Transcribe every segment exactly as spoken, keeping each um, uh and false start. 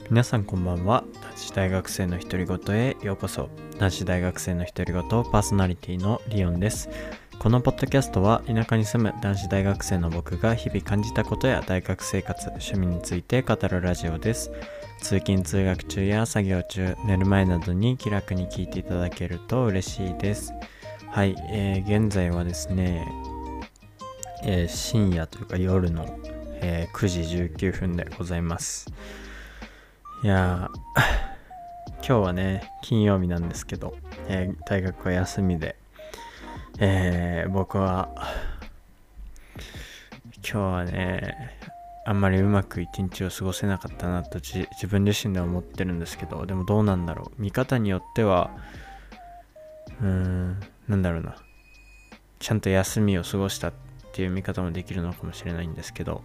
皆さんこんばんは。男子大学生の独り言へようこそ。男子大学生の独り言パーソナリティのリオンです。このポッドキャストは田舎に住む男子大学生の僕が日々感じたことや大学生活、趣味について語るラジオです。通勤通学中や作業中、寝る前などに気楽に聞いていただけると嬉しいです。はい、えー、現在はですね、えー、深夜というか夜の、えー、くじじゅうきゅうふんでございます。いやー今日はね金曜日なんですけど、えー、大学は休みで、えー、僕は今日はねあんまりうまく一日を過ごせなかったなと自分自身で思ってるんですけど、でもどうなんだろう、見方によってはうーんなんだろうなちゃんと休みを過ごしたっていう見方もできるのかもしれないんですけど、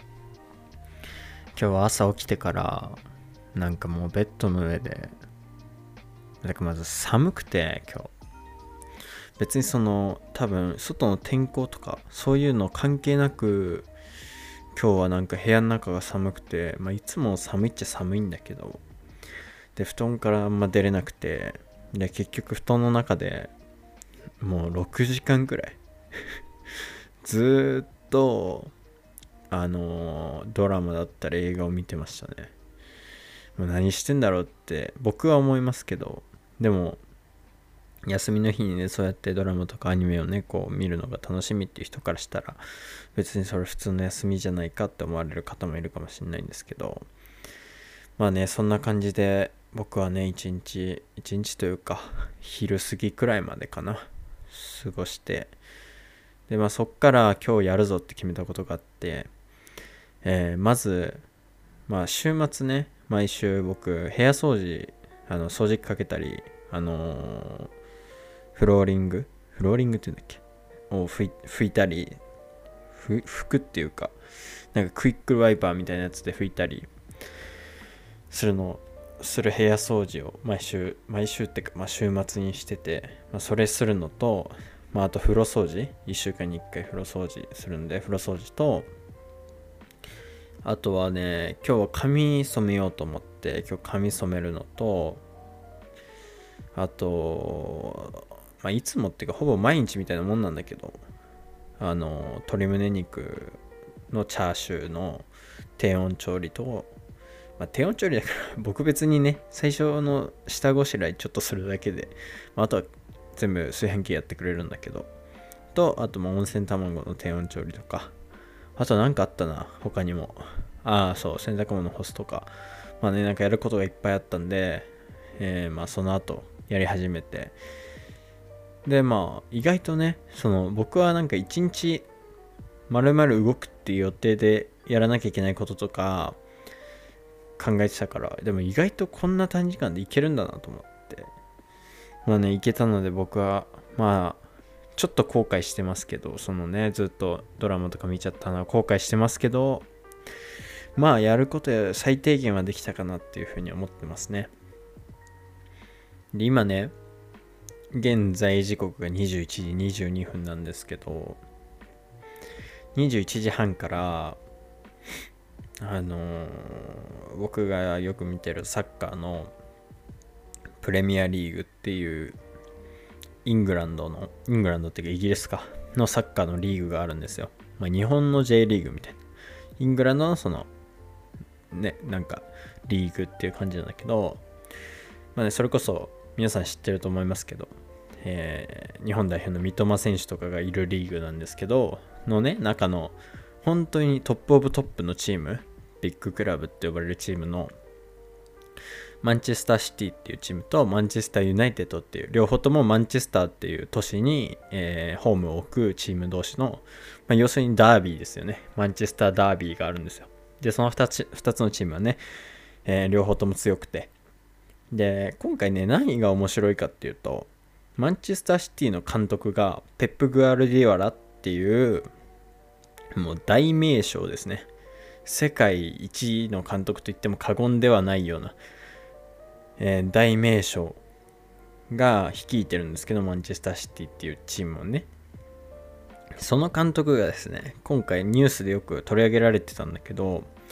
今日は朝起きてからなんかもうベッドの上でなんかまず寒くて、今日別にその多分外の天候とかそういうの関係なく今日はなんか部屋の中が寒くて、まあいつも寒いっちゃ寒いんだけど、で布団からあんま出れなくて、で結局布団の中でもうろくじかんくらいずーっとあのー、ドラマだったり映画を見てましたね。もう何してんだろうって僕は思いますけど、でも休みの日にねそうやってドラマとかアニメをねこう見るのが楽しみっていう人からしたら別にそれ普通の休みじゃないかって思われる方もいるかもしれないんですけど、まあねそんな感じで僕はね一日一日というか昼過ぎくらいまでかな過ごして、でまあそっから今日やるぞって決めたことがあって、えー、まずまあ週末ね毎週僕部屋掃除あの掃除機かけたりあのー、フローリングフローリングって言うんだっけを拭い、拭いたりふ拭くっていうかなんかクイックワイパーみたいなやつで拭いたりするのする部屋掃除を毎週毎週ってか、まあ、週末にしてて、まあ、それするのと、まあ、あと風呂掃除いっしゅうかんにいっかい風呂掃除するんで風呂掃除と、あとはね今日は髪染めようと思って今日髪染めるのと、あと、まあ、いつもっていうかほぼ毎日みたいなもんなんだけど、あの鶏胸肉のチャーシューの低温調理と、まあ、低温調理だから僕別にね最初の下ごしらえちょっとするだけで、まあ、あとは全部炊飯器やってくれるんだけどと、あとも温泉卵の低温調理とか、あとなんかあったな他にも、ああそう洗濯物干すとか、まあねなんかやることがいっぱいあったんで、えー、まあその後やり始めて、でまあ意外とねその僕はなんか一日丸々動くっていう予定でやらなきゃいけないこととか考えてたから、でも意外とこんな短時間でいけるんだなと思って、まあねいけたので僕はまあちょっと後悔してますけど、そのねずっとドラマとか見ちゃったのは後悔してますけど、まあやること最低限はできたかなっていうふうに思ってますね。で今ね現在時刻がにじゅういちじにじゅうにふんなんですけど、にじゅういちじはんからあのー、僕がよく見てるサッカーのプレミアリーグっていうイングランドのイングランドっていうかイギリスかのサッカーのリーグがあるんですよ。まあ、日本の J リーグみたいな、イングランドのそのねなんかリーグっていう感じなんだけど、まあねそれこそ皆さん知ってると思いますけど、えー、日本代表の三笘選手とかがいるリーグなんですけどのね中の本当にトップオブトップのチーム、ビッグクラブって呼ばれるチームのマンチェスターシティっていうチームとマンチェスターユナイテッドっていう両方ともマンチェスターっていう都市に、えー、ホームを置くチーム同士の、まあ、要するにダービーですよね。マンチェスターダービーがあるんですよ。でその 2, つ2つのチームはね、えー、両方とも強くて、で今回ね何が面白いかっていうと、マンチェスターシティの監督がペップ・グアルディオラっていうもう大名将ですね。世界一の監督と言っても過言ではないような、えー、大名将が率いてるんですけど、マンチェスターシティっていうチームをね、その監督がですね今回ニュースでよく取り上げられてたんだけど、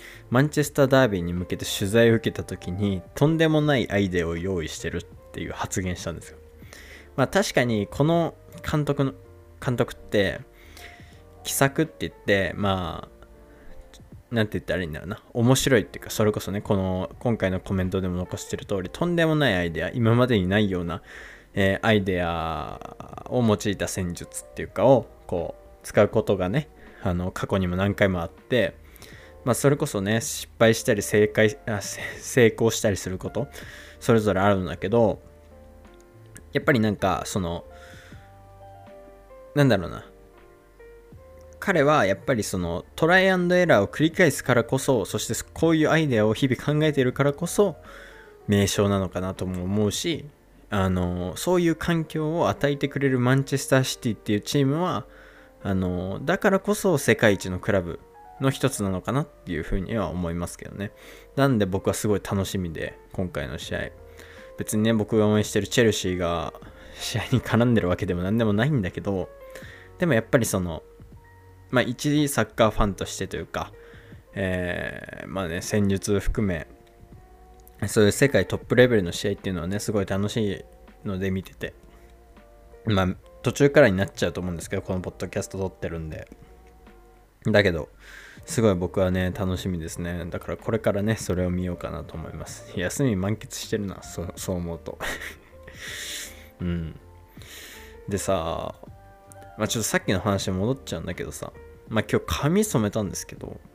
マンチェスターダービーに向けて取材を受けた時にとんでもないアイデアを用意してるっていう発言したんですよ。まあ確かにこの監督の監督って奇策って言ってまあなんて言ったらいいんだろうな、面白いっていうか、それこそねこの今回のコメントでも残してる通りとんでもないアイデア、今までにないような、えー、アイデアを用いた戦術っていうかをこう使うことがねあの過去にも何回もあって、まあそれこそね失敗したり正解あ成功したりすることそれぞれあるんだけど、やっぱりなんかそのなんだろうな、彼はやっぱりそのトライアンドエラーを繰り返すからこそ、そしてこういうアイデアを日々考えているからこそ名将なのかなとも思うし、あのそういう環境を与えてくれるマンチェスターシティっていうチームはあのだからこそ世界一のクラブの一つなのかなっていうふうには思いますけどね。なんで僕はすごい楽しみで、今回の試合別にね僕が応援してるチェルシーが試合に絡んでるわけでも何でもないんだけど、でもやっぱりそのまあ一サッカーファンとしてというか、えー、まあね戦術含めそういう世界トップレベルの試合っていうのはねすごい楽しいので見てて、まあ途中からになっちゃうと思うんですけど、このポッドキャスト撮ってるんで、だけどすごい僕はね楽しみですね。だからこれからねそれを見ようかなと思います。休み満喫してるな、そ う, そう思うとうんでさ、まあちょっとさっきの話に戻っちゃうんだけどさ、まあ今日髪染めたんですけど、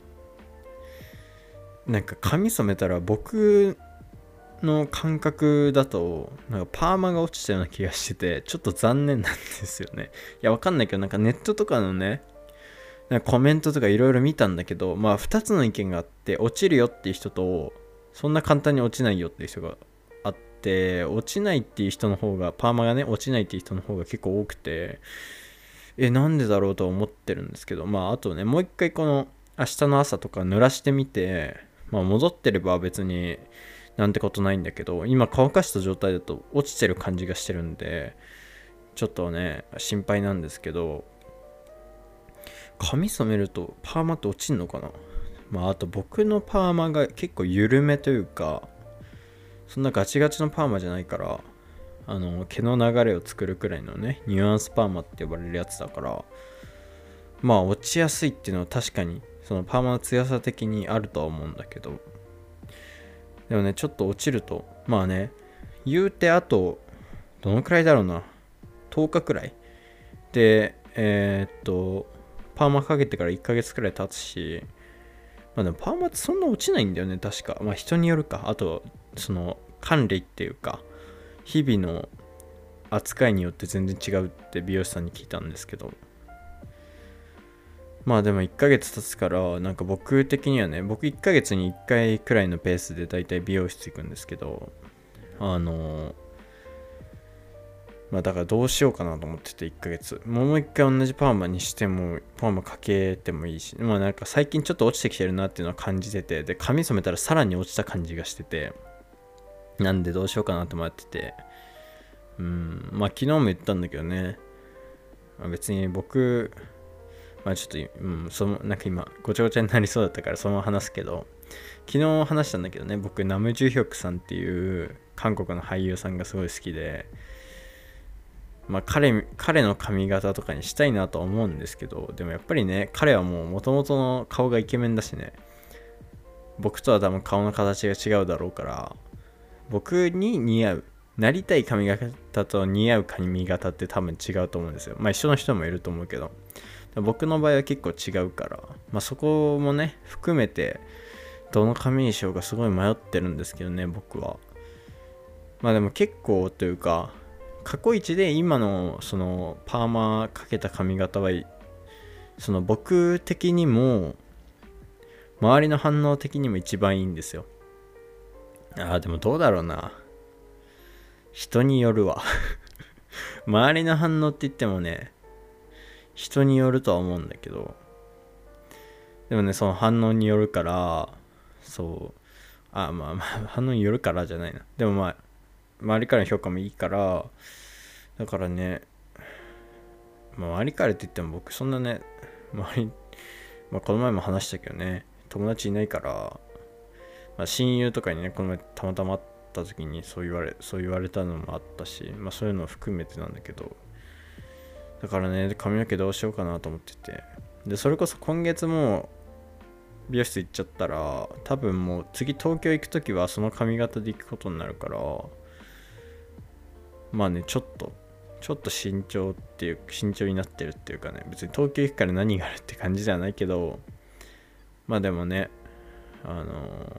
なんか髪染めたら僕の感覚だとなんかパーマが落ちたような気がしててちょっと残念なんですよね。いやわかんないけど、なんかネットとかのねなんかコメントとかいろいろ見たんだけど、まあふたつの意見があって、落ちるよっていう人とそんな簡単に落ちないよっていう人があって、落ちないっていう人の方がパーマがね落ちないっていう人の方が結構多くて、えなんでだろうとは思ってるんですけど、まああとねもう一回この明日の朝とか濡らしてみて、まあ戻ってれば別になんてことないんだけど、今乾かした状態だと落ちてる感じがしてるんでちょっとね心配なんですけど、髪染めるとパーマって落ちんのかな。まああと僕のパーマが結構緩めというか、そんなガチガチのパーマじゃないから、あの毛の流れを作るくらいのねニュアンスパーマって呼ばれるやつだから、まあ落ちやすいっていうのは確かにそのパーマの強さ的にあるとは思うんだけど、でもねちょっと落ちるとまあね言うてあとどのくらいだろうな、とおかくらいでえー、っとパーマかけてからいっかげつくらい経つし、まあでもパーマってそんな落ちないんだよね確か。まあ人によるか、あとその管理っていうか日々の扱いによって全然違うって美容師さんに聞いたんですけど、まあでもいっかげつ経つからなんか僕的にはね、僕いっかげつにいっかいくらいのペースでだいたい美容室行くんですけど、あのまあだからどうしようかなと思ってて、いっかげつもう一回同じパーマにしてもパーマかけてもいいし、まあなんか最近ちょっと落ちてきてるなっていうのは感じてて、で髪染めたらさらに落ちた感じがしてて、なんでどうしようかなと思ってて、うん、まあ昨日も言ったんだけどね、まあ、別に僕まあちょっと、うん、そのなんか今ごちゃごちゃになりそうだったからそのまま話すけど、昨日話したんだけどね、僕ナムジュヒョクさんっていう韓国の俳優さんがすごい好きで、まあ彼彼の髪型とかにしたいなとは思うんですけど、でもやっぱりね彼はもう元々の顔がイケメンだしね、僕とは多分顔の形が違うだろうから、僕に似合うなりたい髪型と似合う髪型って多分違うと思うんですよ。まあ一緒の人もいると思うけど、僕の場合は結構違うから、まあそこもね含めてどの髪にしようかすごい迷ってるんですけどね僕は。まあでも結構というか過去一で今のそのパーマかけた髪型はその僕的にも周りの反応的にも一番いいんですよ。ああでもどうだろうな、人によるわ周りの反応って言ってもね人によるとは思うんだけど、でもねその反応によるから、そうあまあまあ反応によるからじゃないな、でもまあ周りからの評価もいいから、だからね、まあ、周りからって言っても僕そんなね周り、まあ、この前も話したけどね友達いないから、まあ、親友とかにねこの前たまたま会った時にそう言われそう言われたのもあったし、まあそういうのを含めてなんだけど、だからね髪の毛どうしようかなと思ってて、でそれこそ今月も美容室行っちゃったら多分もう次東京行く時はその髪型で行くことになるから、まあねちょっとちょっと慎重っていう慎重になってるっていうかね、別に東京行くから何があるって感じではないけど、まあでもねあのー、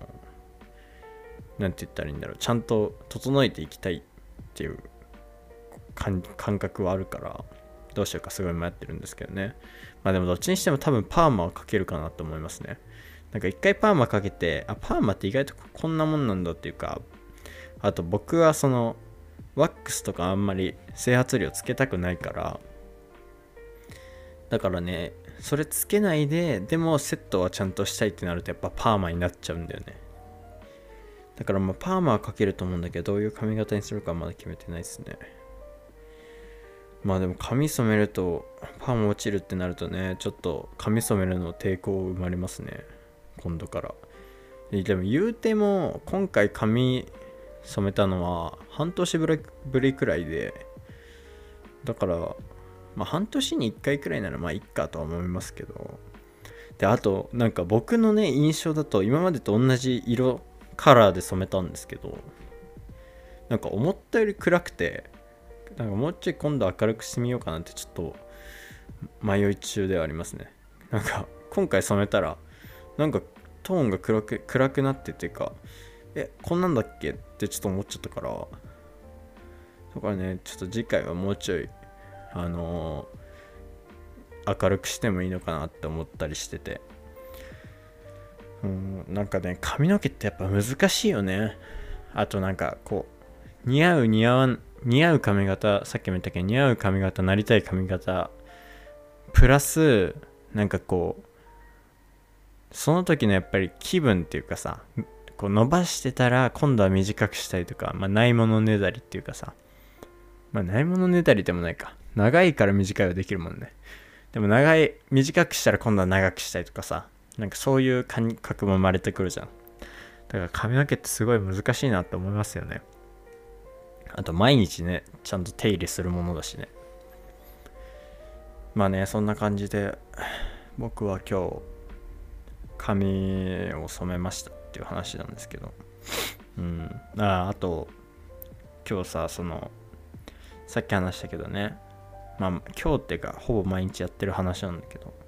なんて言ったらいいんだろう、ちゃんと整えていきたいっていう感覚はあるからどうしようかすごい迷ってるんですけどね。まあでもどっちにしても多分パーマをかけるかなと思いますね。なんか一回パーマかけて、あパーマって意外とこんなもんなんだっていうか、あと僕はそのワックスとかあんまり整髪料つけたくないから、だからねそれつけないででもセットはちゃんとしたいってなるとやっぱパーマになっちゃうんだよね。だからまあパーマはかけると思うんだけど、どういう髪型にするかまだ決めてないですね。まあでも髪染めるとパーマ落ちるってなるとね、ちょっと髪染めるの抵抗生まれますね今度から。でも言うても今回髪染めたのは半年ぶりくらいで、だからまあ半年にいっかいくらいならまあいっかとは思いますけど、であとなんか僕のね印象だと今までと同じ色カラーで染めたんですけど、なんか思ったより暗くて、なんかもうちょい今度明るくしてみようかなってちょっと迷い中ではありますね。なんか今回染めたらなんかトーンが暗く暗くなっててか、えこんなんだっけってちょっと思っちゃったから、だからねちょっと次回はもうちょいあのー、明るくしてもいいのかなって思ったりしてて、うん、なんかね髪の毛ってやっぱ難しいよね。あとなんかこう似合う似合わん似合う髪型、さっきも言ったけど似合う髪型、なりたい髪型プラスなんかこうその時のやっぱり気分っていうかさ、こう伸ばしてたら今度は短くしたりとか、まあないものねだりっていうかさ、まあないものねだりでもないか、長いから短いはできるもんね。でも長い短くしたら今度は長くしたりとかさ、なんかそういう感覚も生まれてくるじゃん。だから髪の毛ってすごい難しいなって思いますよね。あと毎日ねちゃんと手入れするものだしね。まあねそんな感じで僕は今日髪を染めましたっていう話なんですけど、うんああと今日さ、そのさっき話したけどね、まあ今日っていうかほぼ毎日やってる話なんだけど、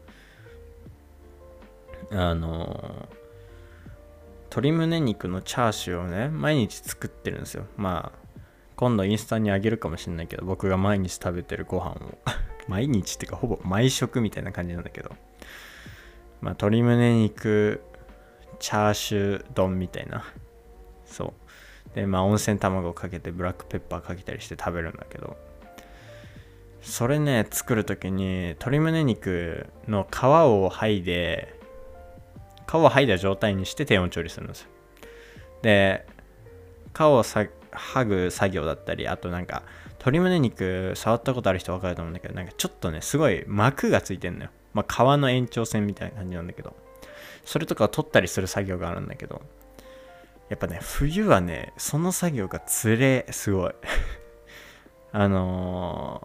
あの鶏胸肉のチャーシューをね毎日作ってるんですよ。まあ今度インスタにあげるかもしれないけど、僕が毎日食べてるご飯を毎日っていうかほぼ毎食みたいな感じなんだけど、まあ鶏胸肉チャーシュー丼みたいな、そうでまあ温泉卵をかけてブラックペッパーかけたりして食べるんだけど、それね作るときに鶏胸肉の皮を剥いで皮を剥いだ状態にして低温調理するんですよ。で皮をさ剥ぐ作業だったり、あとなんか鶏胸肉触ったことある人分かると思うんだけど、なんかちょっとねすごい膜がついてんのよ。まあ皮の延長線みたいな感じなんだけど、それとかを取ったりする作業があるんだけど、やっぱね冬はねその作業がつれすごいあの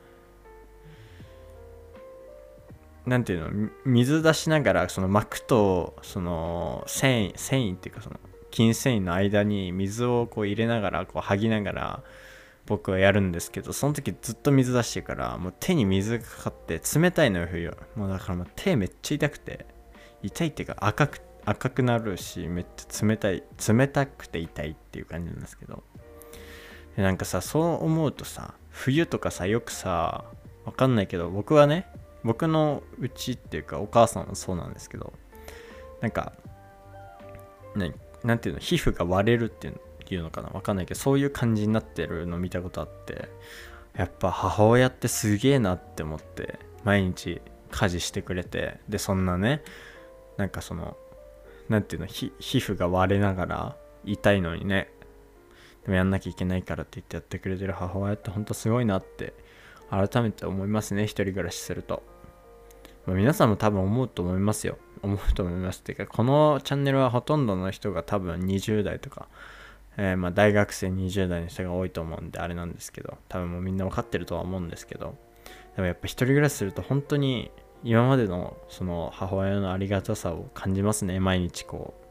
ー、なんていうの、水出しながらその膜とその繊維繊維っていうかその筋繊維の間に水をこう入れながらこう剥ぎながら僕はやるんですけど、その時ずっと水出してからもう手に水がかかって冷たいのよ冬。もうだからもう手めっちゃ痛くて、痛いっていうか赤く赤くなるし、めっちゃ冷たい冷たくて痛いっていう感じなんですけど、でなんかさそう思うとさ、冬とかさよくさわかんないけど、僕はね僕のうちっていうかお母さんはそうなんですけど、なんかねなんていうの、皮膚が割れるっていうのかな、わかんないけどそういう感じになってるの見たことあって、やっぱ母親ってすげえなって思って、毎日家事してくれて、でそんなねなんかそのなんていうの、皮膚が割れながら痛いのにね、でもやんなきゃいけないからって言ってやってくれてる母親ってほんとすごいなって改めて思いますね。一人暮らしすると、まあ、皆さんも多分思うと思いますよ。 思うと思います。てかこのチャンネルはほとんどの人が多分にじゅう代とか、えー、まあ大学生にじゅう代の人が多いと思うんであれなんですけど、多分もうみんな分かってるとは思うんですけど、でもやっぱ一人暮らしすると本当に今までのその母親のありがたさを感じますね。毎日こう、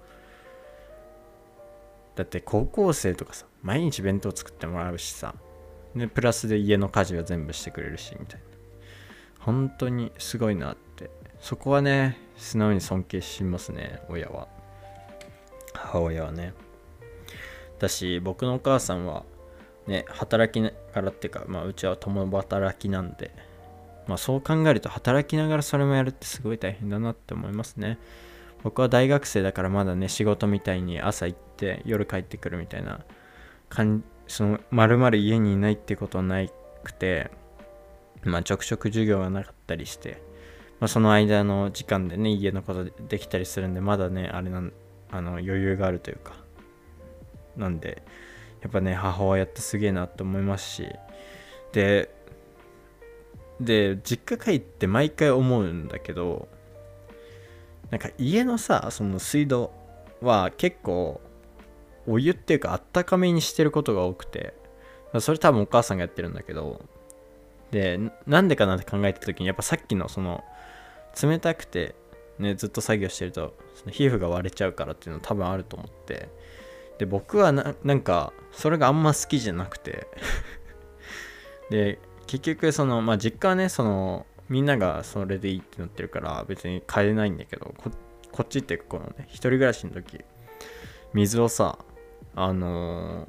だって高校生とかさ、毎日弁当作ってもらうしさ、でプラスで家の家事は全部してくれるしみたいな、本当にすごいなって、そこはね素直に尊敬しますね。親は、母親はね。だし僕のお母さんはね、働きながらっていうか、まあうちは共働きなんで、まあそう考えると働きながらそれもやるってすごい大変だなって思いますね。僕は大学生だからまだね、仕事みたいに朝行って夜帰ってくるみたいな感じ、その丸々家にいないってことはなくて、まあちょくちょく授業がなかったりして、まあ、その間の時間でね家のことできたりするんで、まだねあれなんあの余裕があるというか、なんでやっぱね母親ってすげえなって思いますし、でで実家帰って毎回思うんだけど、なんか家のさその水道は結構お湯っていうかあったかめにしてることが多くて、それ多分お母さんがやってるんだけど、でなんでかなって考えた時にやっぱさっきのその冷たくてねずっと作業してるとその皮膚が割れちゃうからっていうの多分あると思って、で僕は な, なんかそれがあんま好きじゃなくてで結局そのまあ実家はねそのみんながそれでいいってなってるから別に変えないんだけど、 こ, こっちってこのね一人暮らしの時水をさあのー、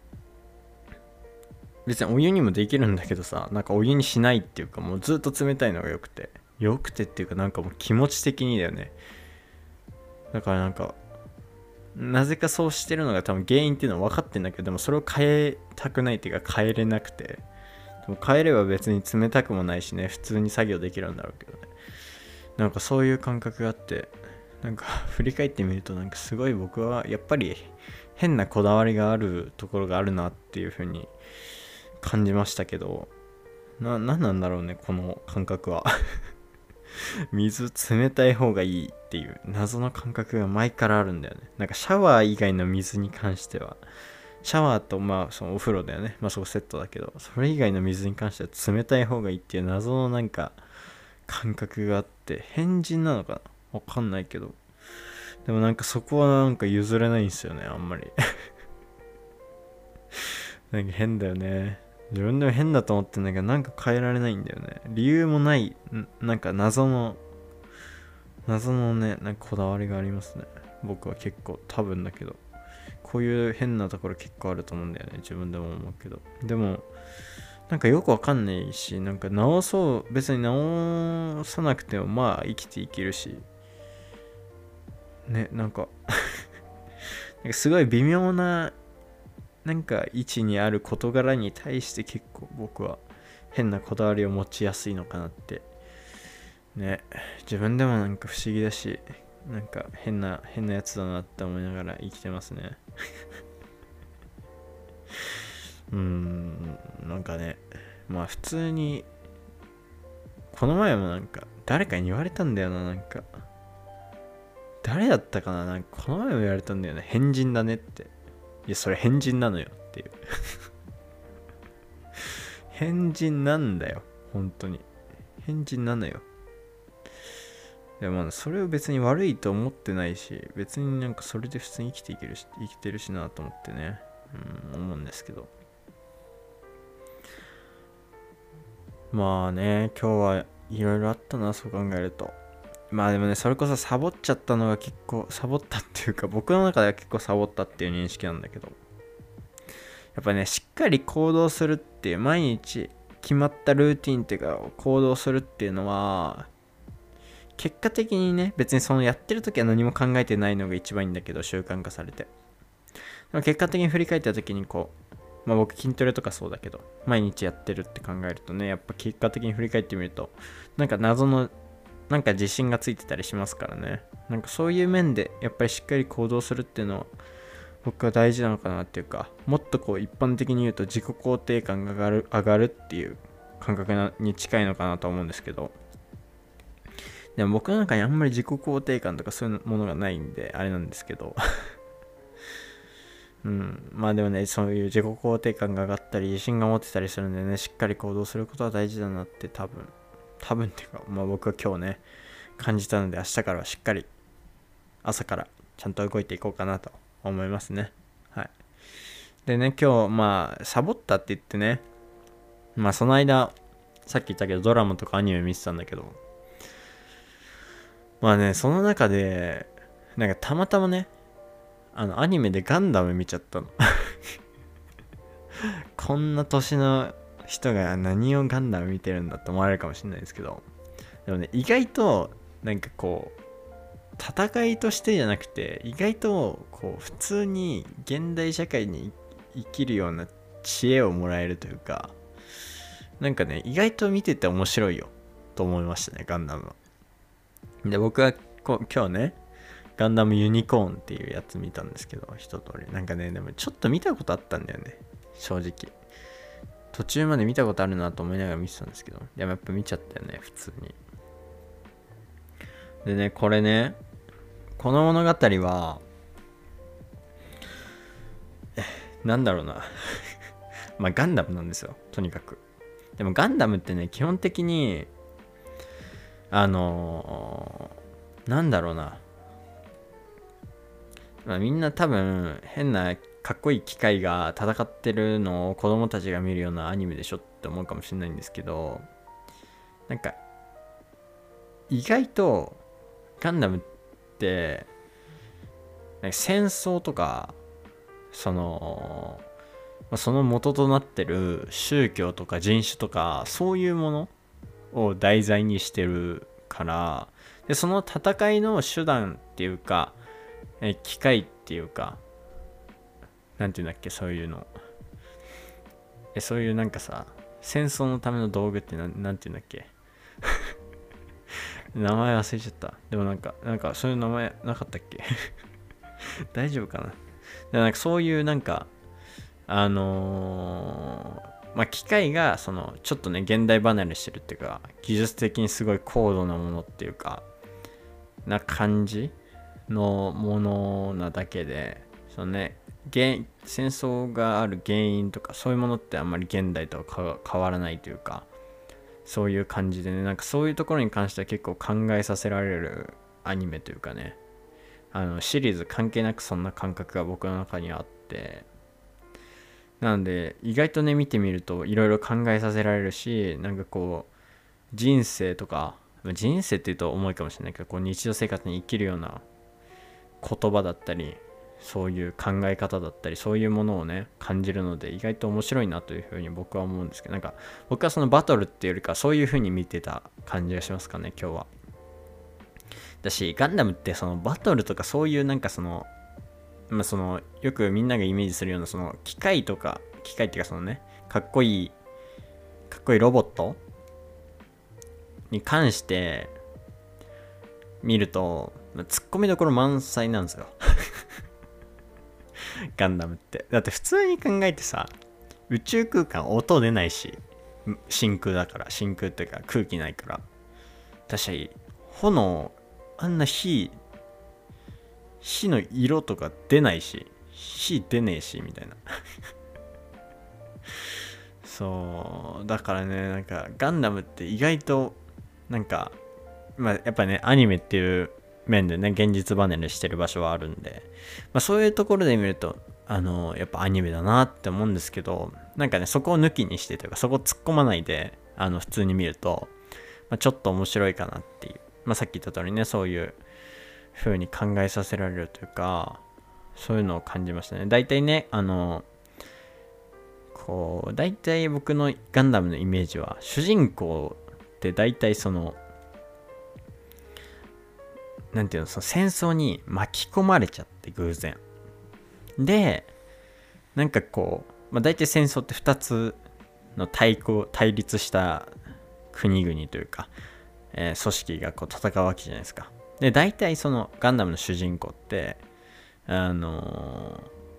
別にお湯にもできるんだけどさ、なんかお湯にしないっていうかもうずっと冷たいのがよくてよくてっていうかなんかもう気持ち的にだよね。だからなんかなぜかそうしてるのが多分原因っていうのは分かってんだけど、でもそれを変えたくないっていうか変えれなくて、でも変えれば別に冷たくもないしね普通に作業できるんだろうけどね、なんかそういう感覚があって、なんか振り返ってみるとなんかすごい僕はやっぱり変なこだわりがあるところがあるなっていう風に感じましたけど、な、なんなんだろうねこの感覚は水冷たい方がいいっていう謎の感覚が前からあるんだよね。なんかシャワー以外の水に関しては、シャワーとまあそのお風呂だよね、まあそこセットだけど、それ以外の水に関しては冷たい方がいいっていう謎のなんか感覚があって、変人なのかなわかんないけど、でもなんかそこはなんか譲れないんですよねあんまりなんか変だよね。自分でも変だと思ってんだけどなんか変えられないんだよね。理由もない、なんか謎の謎のねなんかこだわりがありますね。僕は結構多分だけどこういう変なところ結構あると思うんだよね、自分でも思うけど。でもなんかよくわかんないし、なんか直そう別に直さなくてもまあ生きていけるしね、なんかなんかすごい微妙ななんか位置にある事柄に対して結構僕は変なこだわりを持ちやすいのかなってね、自分でもなんか不思議だし、なんか変な変なやつだなって思いながら生きてますねうーん、なんかね、まあ普通にこの前もなんか誰かに言われたんだよな、なんか誰だったかな、なんかこの前も言われたんだよね、変人だねって。いやそれ変人なのよっていう変人なんだよ本当に、変人なのよ。いやまあそれを別に悪いと思ってないし、別になんかそれで普通に生きていけるし生きてるしなと思ってね、うん思うんですけど、まあね今日はいろいろあったなそう考えると。まあでもねそれこそサボっちゃったのが結構サボったっていうか僕の中では結構サボったっていう認識なんだけど、やっぱねしっかり行動するっていう毎日決まったルーティンっていうか行動するっていうのは結果的にね別にそのやってる時は何も考えてないのが一番いいんだけど習慣化されて、でも結果的に振り返った時にこうまあ僕筋トレとかそうだけど毎日やってるって考えるとね、やっぱ結果的に振り返ってみるとなんか謎のなんか自信がついてたりしますからね。なんかそういう面でやっぱりしっかり行動するっていうのは僕は大事なのかなっていうか、もっとこう一般的に言うと自己肯定感が上がる上がるっていう感覚に近いのかなと思うんですけど、 でも僕の中にあんまり自己肯定感とかそういうものがないんであれなんですけどうん、まあでもね、そういう自己肯定感が上がったり自信が持ってたりするんでね、しっかり行動することは大事だなって多分多分っていうか、まあ僕は今日ね感じたので、明日からはしっかり朝からちゃんと動いていこうかなと思いますね。はい。でね、今日まあサボったって言ってね、まあその間さっき言ったけどドラマとかアニメ見てたんだけど、まあね、その中でなんかたまたまね、あのアニメでガンダム見ちゃったのこんな年の人が何をガンダム見てるんだって思われるかもしれないですけど、でもね、意外となんかこう戦いとしてじゃなくて、意外とこう普通に現代社会に生きるような知恵をもらえるというか、なんかね、意外と見てて面白いよと思いましたね、ガンダムは。で、僕はこう今日ね、ガンダムユニコーンっていうやつ見たんですけど、一通りなんかね、でもちょっと見たことあったんだよね、正直。途中まで見たことあるなと思いながら見てたんですけど、でもやっぱ見ちゃったよね、普通に。でね、これね、この物語はなんだろうなまあガンダムなんですよ、とにかく。でもガンダムってね、基本的にあのー、なんだろうな、まあ、みんな多分変なかっこいい機械が戦ってるのを子供たちが見るようなアニメでしょって思うかもしれないんですけど、なんか意外とガンダムってなんか戦争とか、そのその元となってる宗教とか人種とかそういうものを題材にしてるから、でその戦いの手段っていうか、え機械っていうか、なんていうんだっけ、そういうの、えそういうなんかさ、戦争のための道具ってなん、なんていうんだっけ名前忘れちゃった。でもなんかなんかそういう名前なかったっけ大丈夫かな。でなんかそういうなんかあのー、まあ機械がそのちょっとね現代離れしてるっていうか、技術的にすごい高度なものっていうかな感じのものなだけで、そのね、戦争がある原因とかそういうものってあんまり現代とは変わらないというか、そういう感じでね、なんかそういうところに関しては結構考えさせられるアニメというかね、あのシリーズ関係なくそんな感覚が僕の中にあって、なので意外とね見てみるといろいろ考えさせられるし、なんかこう人生とか、人生って言うと重いかもしれないけど、こう日常生活に生きるような言葉だったり、そういう考え方だったり、そういうものをね感じるので、意外と面白いなというふうに僕は思うんですけど、なんか僕はそのバトルっていうよりかそういうふうに見てた感じがしますかね、今日は。だしガンダムってそのバトルとかそういうなんかそのまあそのよくみんながイメージするようなその機械とか、機械っていうかそのね、かっこいいかっこいいロボットに関して見るとツッコミどころ満載なんですよガンダムって。だって普通に考えてさ、宇宙空間音出ないし、真空だから、真空っていうか空気ないから、確かに炎、あんな火火の色とか出ないし、火出ねえしみたいなそうだからね、なんかガンダムって意外となんか、まあやっぱねアニメっていう面でね現実離れしてる場所はあるんで、まあそういうところで見るとあのやっぱアニメだなって思うんですけど、なんかねそこを抜きにしてというか、そこを突っ込まないであの普通に見ると、まあ、ちょっと面白いかなっていう、まあさっき言った通りね、そういう風に考えさせられるというか、そういうのを感じましたね。大体ね、あのこう大体僕のガンダムのイメージは、主人公って大体そのなんていうの、その戦争に巻き込まれちゃって偶然で、なんかこう、まあ、大体戦争ってふたつの対抗対立した国々というか、えー、組織がこう戦うわけじゃないですか。で大体そのガンダムの主人公ってあの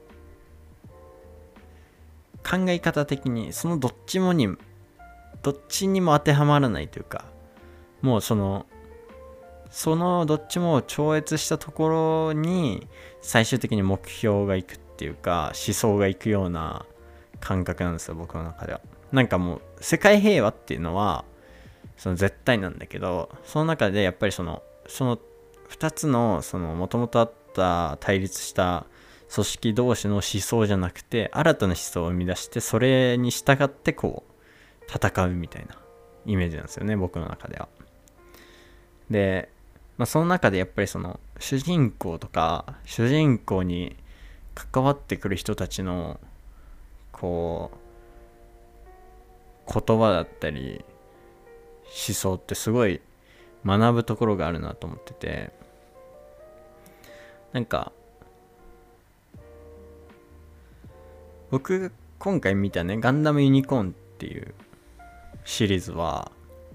ー、考え方的にそのどっちもにどっちにも当てはまらないというか、もうそのそのどっちも超越したところに最終的に目標がいくっていうか思想がいくような感覚なんですよ、僕の中では。なんかもう世界平和っていうのはその絶対なんだけど、その中でやっぱりそのそのふたつのその元々あった対立した組織同士の思想じゃなくて、新たな思想を生み出して、それに従ってこう戦うみたいなイメージなんですよね、僕の中では。で、まあ、その中でやっぱりその主人公とか主人公に関わってくる人たちのこう言葉だったり思想ってすごい学ぶところがあるなと思ってて、なんか僕が今回見たねガンダムユニコーンっていうシリーズは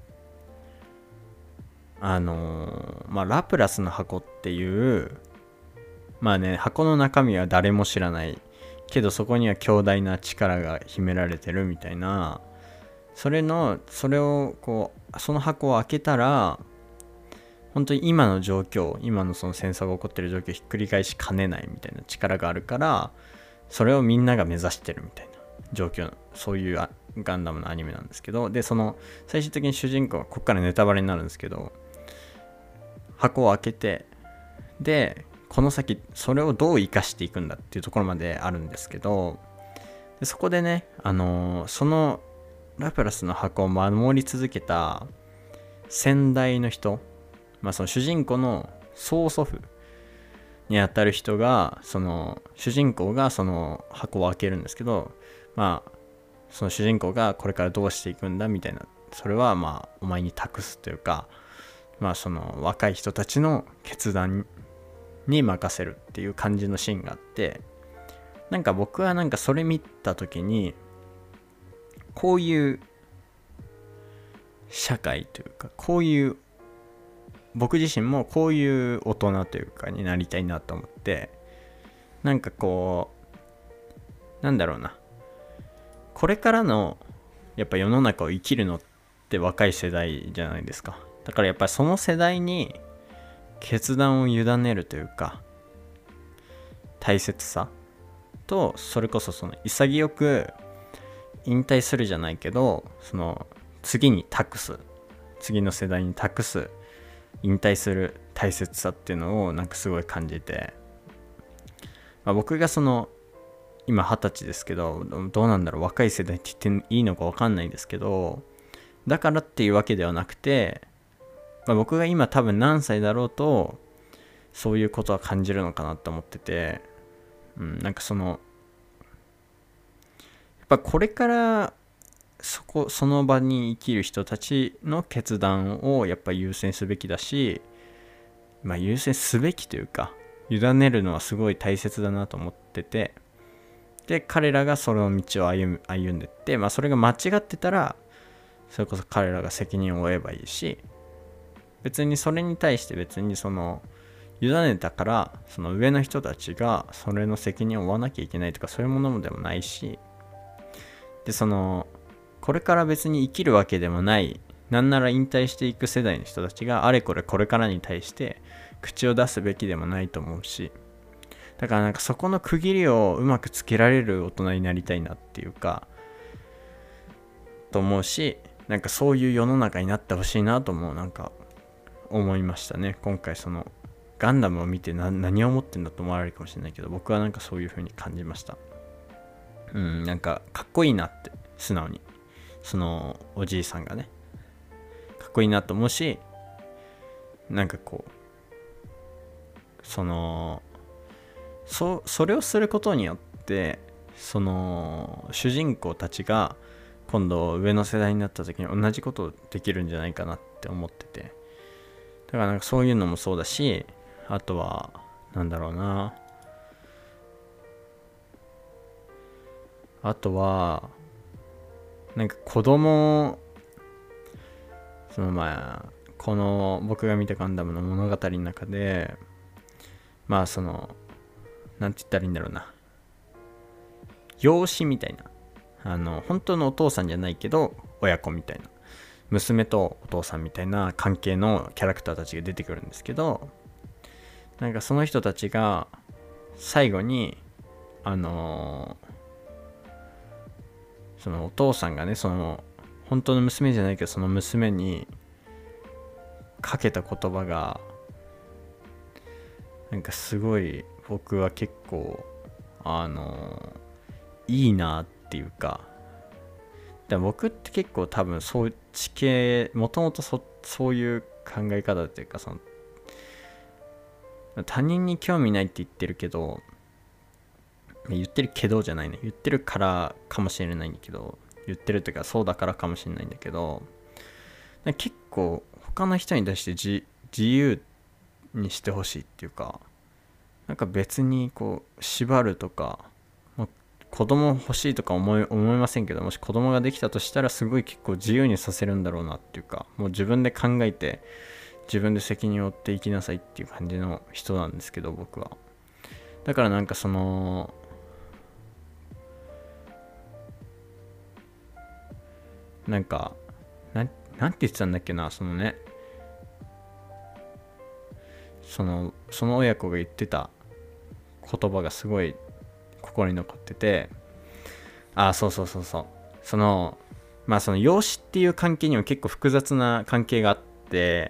あのー、まあラプラスの箱っていうまあね箱の中身は誰も知らないけどそこには強大な力が秘められてるみたいな、それのそれをこうその箱を開けたら本当に今の状況、今のその戦争が起こってる状況をひっくり返しかねないみたいな力があるから、それをみんなが目指してるみたいな状況、そういうガンダムのアニメなんですけど、でその最終的に主人公はここからネタバレになるんですけど、箱を開けて、でこの先それをどう生かしていくんだっていうところまであるんですけど、でそこでね、あのー、そのラプラスの箱を守り続けた先代の人、まあその主人公の曽祖父にあたる人が、その主人公がその箱を開けるんですけど、まあその主人公がこれからどうしていくんだみたいな、それはまあお前に託すというか、まあその若い人たちの決断に任せるっていう感じのシーンがあって、なんか僕はなんかそれ見た時に、こういう社会というか、こういう僕自身もこういう大人というかになりたいなと思って、なんかこうなんだろうな、これからのやっぱ世の中を生きるのって若い世代じゃないですか。だからやっぱりその世代に決断を委ねるというか大切さと、それこそその潔く引退するじゃないけど、その次に託す、次の世代に託す、引退する大切さっていうのをなんかすごい感じて、まあ、僕がその今二十歳ですけど、どうなんだろう、若い世代って言っていいのか分かんないですけど、だからっていうわけではなくて、まあ、僕が今多分何歳だろうとそういうことは感じるのかなと思ってて、うん、なんかそのやっぱこれからそこその場に生きる人たちの決断をやっぱ優先すべきだし、まあ優先すべきというか委ねるのはすごい大切だなと思ってて、で彼らがその道を歩む歩んでって、まあそれが間違ってたらそれこそ彼らが責任を負えばいいし、別にそれに対して別にその委ねたからその上の人たちがそれの責任を負わなきゃいけないとかそういうものでもないし、でそのこれから別に生きるわけでもない、なんなら引退していく世代の人たちがあれこれこれからに対して口を出すべきでもないと思うし、だからなんかそこの区切りをうまくつけられる大人になりたいなっていうかと思うし、なんかそういう世の中になってほしいなともなんか思いましたね。今回そのガンダムを見てな何を思ってんだと思われるかもしれないけど、僕はなんかそういう風に感じました。うん、なんかかっこいいなって素直にそのおじいさんがねかっこいいなと思うし、なんかこうそのそそれをすることによってその主人公たちが今度上の世代になった時に同じことできるんじゃないかなって思ってて、だからなんかそういうのもそうだし、あとはなんだろうな、あとはなんか子供、そのまあこの僕が見たガンダムの物語の中で、まあそのなんて言ったらいいんだろうな、養子みたいな、あの本当のお父さんじゃないけど親子みたいな娘とお父さんみたいな関係のキャラクターたちが出てくるんですけど、なんかその人たちが最後にあのー、そのお父さんがね、その本当の娘じゃないけどその娘にかけた言葉がなんかすごい僕は結構あのー、いいなっていうか、だ僕って結構多分そう地形もともとそそういう考え方っていうか、その他人に興味ないって言ってるけど言ってるけどじゃないね言ってるからかもしれないんだけど言ってるっていうかそうだからかもしれないんだけど、結構他の人に対して自自由にしてほしいっていうか、なんか別にこう縛るとか、まあ、子供欲しいとか思い思いませんけど、もし子供ができたとしたらすごい結構自由にさせるんだろうなっていうか、もう自分で考えて自分で責任を負っていきなさいっていう感じの人なんですけど、僕はだからなんかそのなんかな、なんて言ってたんだっけな、そのねそのその親子が言ってた言葉がすごい心に残ってて、あ、そうそうそうそう、そのまあその養子っていう関係にも結構複雑な関係があって、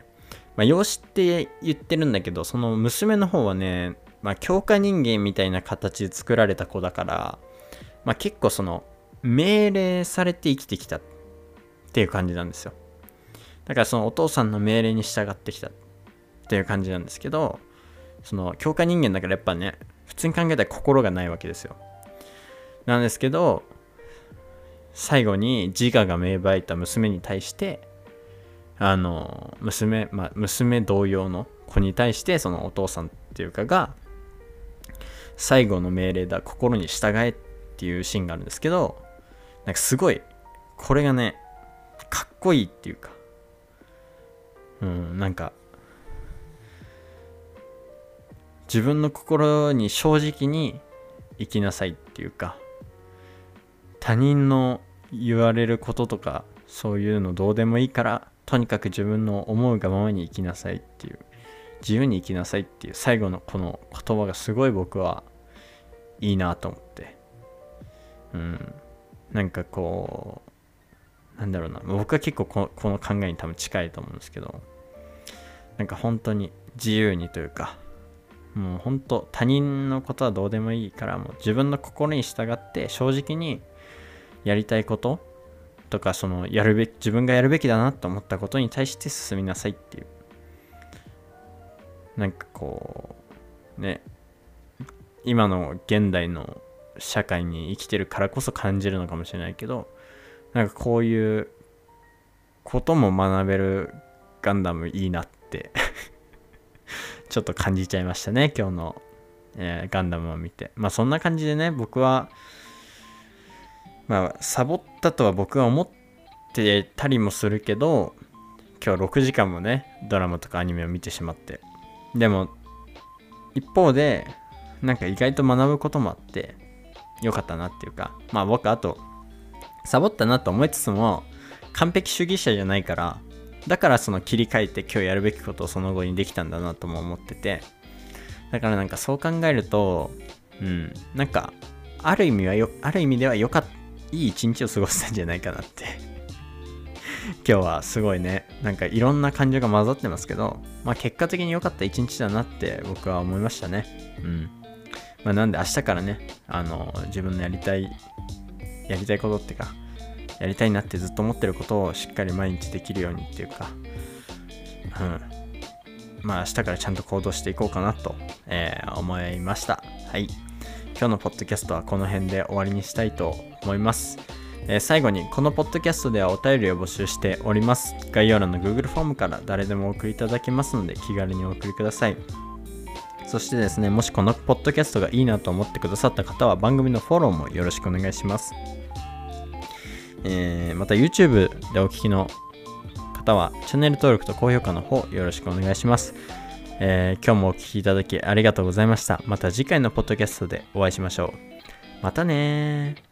まあ、養子って言ってるんだけど、その娘の方はね、まあ、強化人間みたいな形で作られた子だから、まあ、結構その命令されて生きてきたっていう感じなんですよ。だからそのお父さんの命令に従ってきたっていう感じなんですけど、その強化人間だからやっぱね、普通に考えたら心がないわけですよ。なんですけど最後に自我が芽生えた娘に対してあの娘、まあ、娘同様の子に対してそのお父さんっていうかが最後の命令だ、心に従えっていうシーンがあるんですけど、なんかすごいこれがねかっこいいっていうか、うん、なんか自分の心に正直に生きなさいっていうか、他人の言われることとかそういうのどうでもいいから、とにかく自分の思うがままに生きなさいっていう、自由に生きなさいっていう最後のこの言葉がすごい僕はいいなと思って、うん、なんかこうなんだろうな、僕は結構こ の, この考えに多分近いと思うんですけど、なんか本当に自由にというか、もう本当他人のことはどうでもいいから、もう自分の心に従って正直にやりたいこととか、そのやるべき自分がやるべきだなと思ったことに対して進みなさいっていう、なんかこうね、今の現代の社会に生きてるからこそ感じるのかもしれないけど、なんかこういうことも学べるガンダムいいなってちょっと感じちゃいましたね、今日の、えー、ガンダムを見て。まあそんな感じでね、僕はまあサボったとは僕は思ってたりもするけど、今日ろくじかんもねドラマとかアニメを見てしまって、でも一方でなんか意外と学ぶこともあってよかったなっていうか、まあ僕あとサボったなと思いつつも完璧主義者じゃないから、だからその切り替えて今日やるべきことをその後にできたんだなとも思ってて、だからなんかそう考えると、うんなんかある意味はよある意味ではよかった、いい一日を過ごせたんじゃないかなって今日はすごいね、なんかいろんな感情が混ざってますけど、まあ結果的に良かった一日だなって僕は思いましたね。うんまあなんで明日からね、あの自分のやりたいやりたいことっていうか、やりたいなってずっと思ってることをしっかり毎日できるようにっていうか、うんまあ明日からちゃんと行動していこうかなと、えー、思いました。はい、今日のポッドキャストはこの辺で終わりにしたいと思います。えー、最後にこのポッドキャストではお便りを募集しております。概要欄の Google フォームから誰でもお送りいただけますので気軽にお送りください。そしてですね、もしこのポッドキャストがいいなと思ってくださった方は番組のフォローもよろしくお願いします。えー、また YouTube でお聞きの方はチャンネル登録と高評価の方よろしくお願いします。えー、今日もお聞きいただきありがとうございました。また次回のポッドキャストでお会いしましょう。またねー。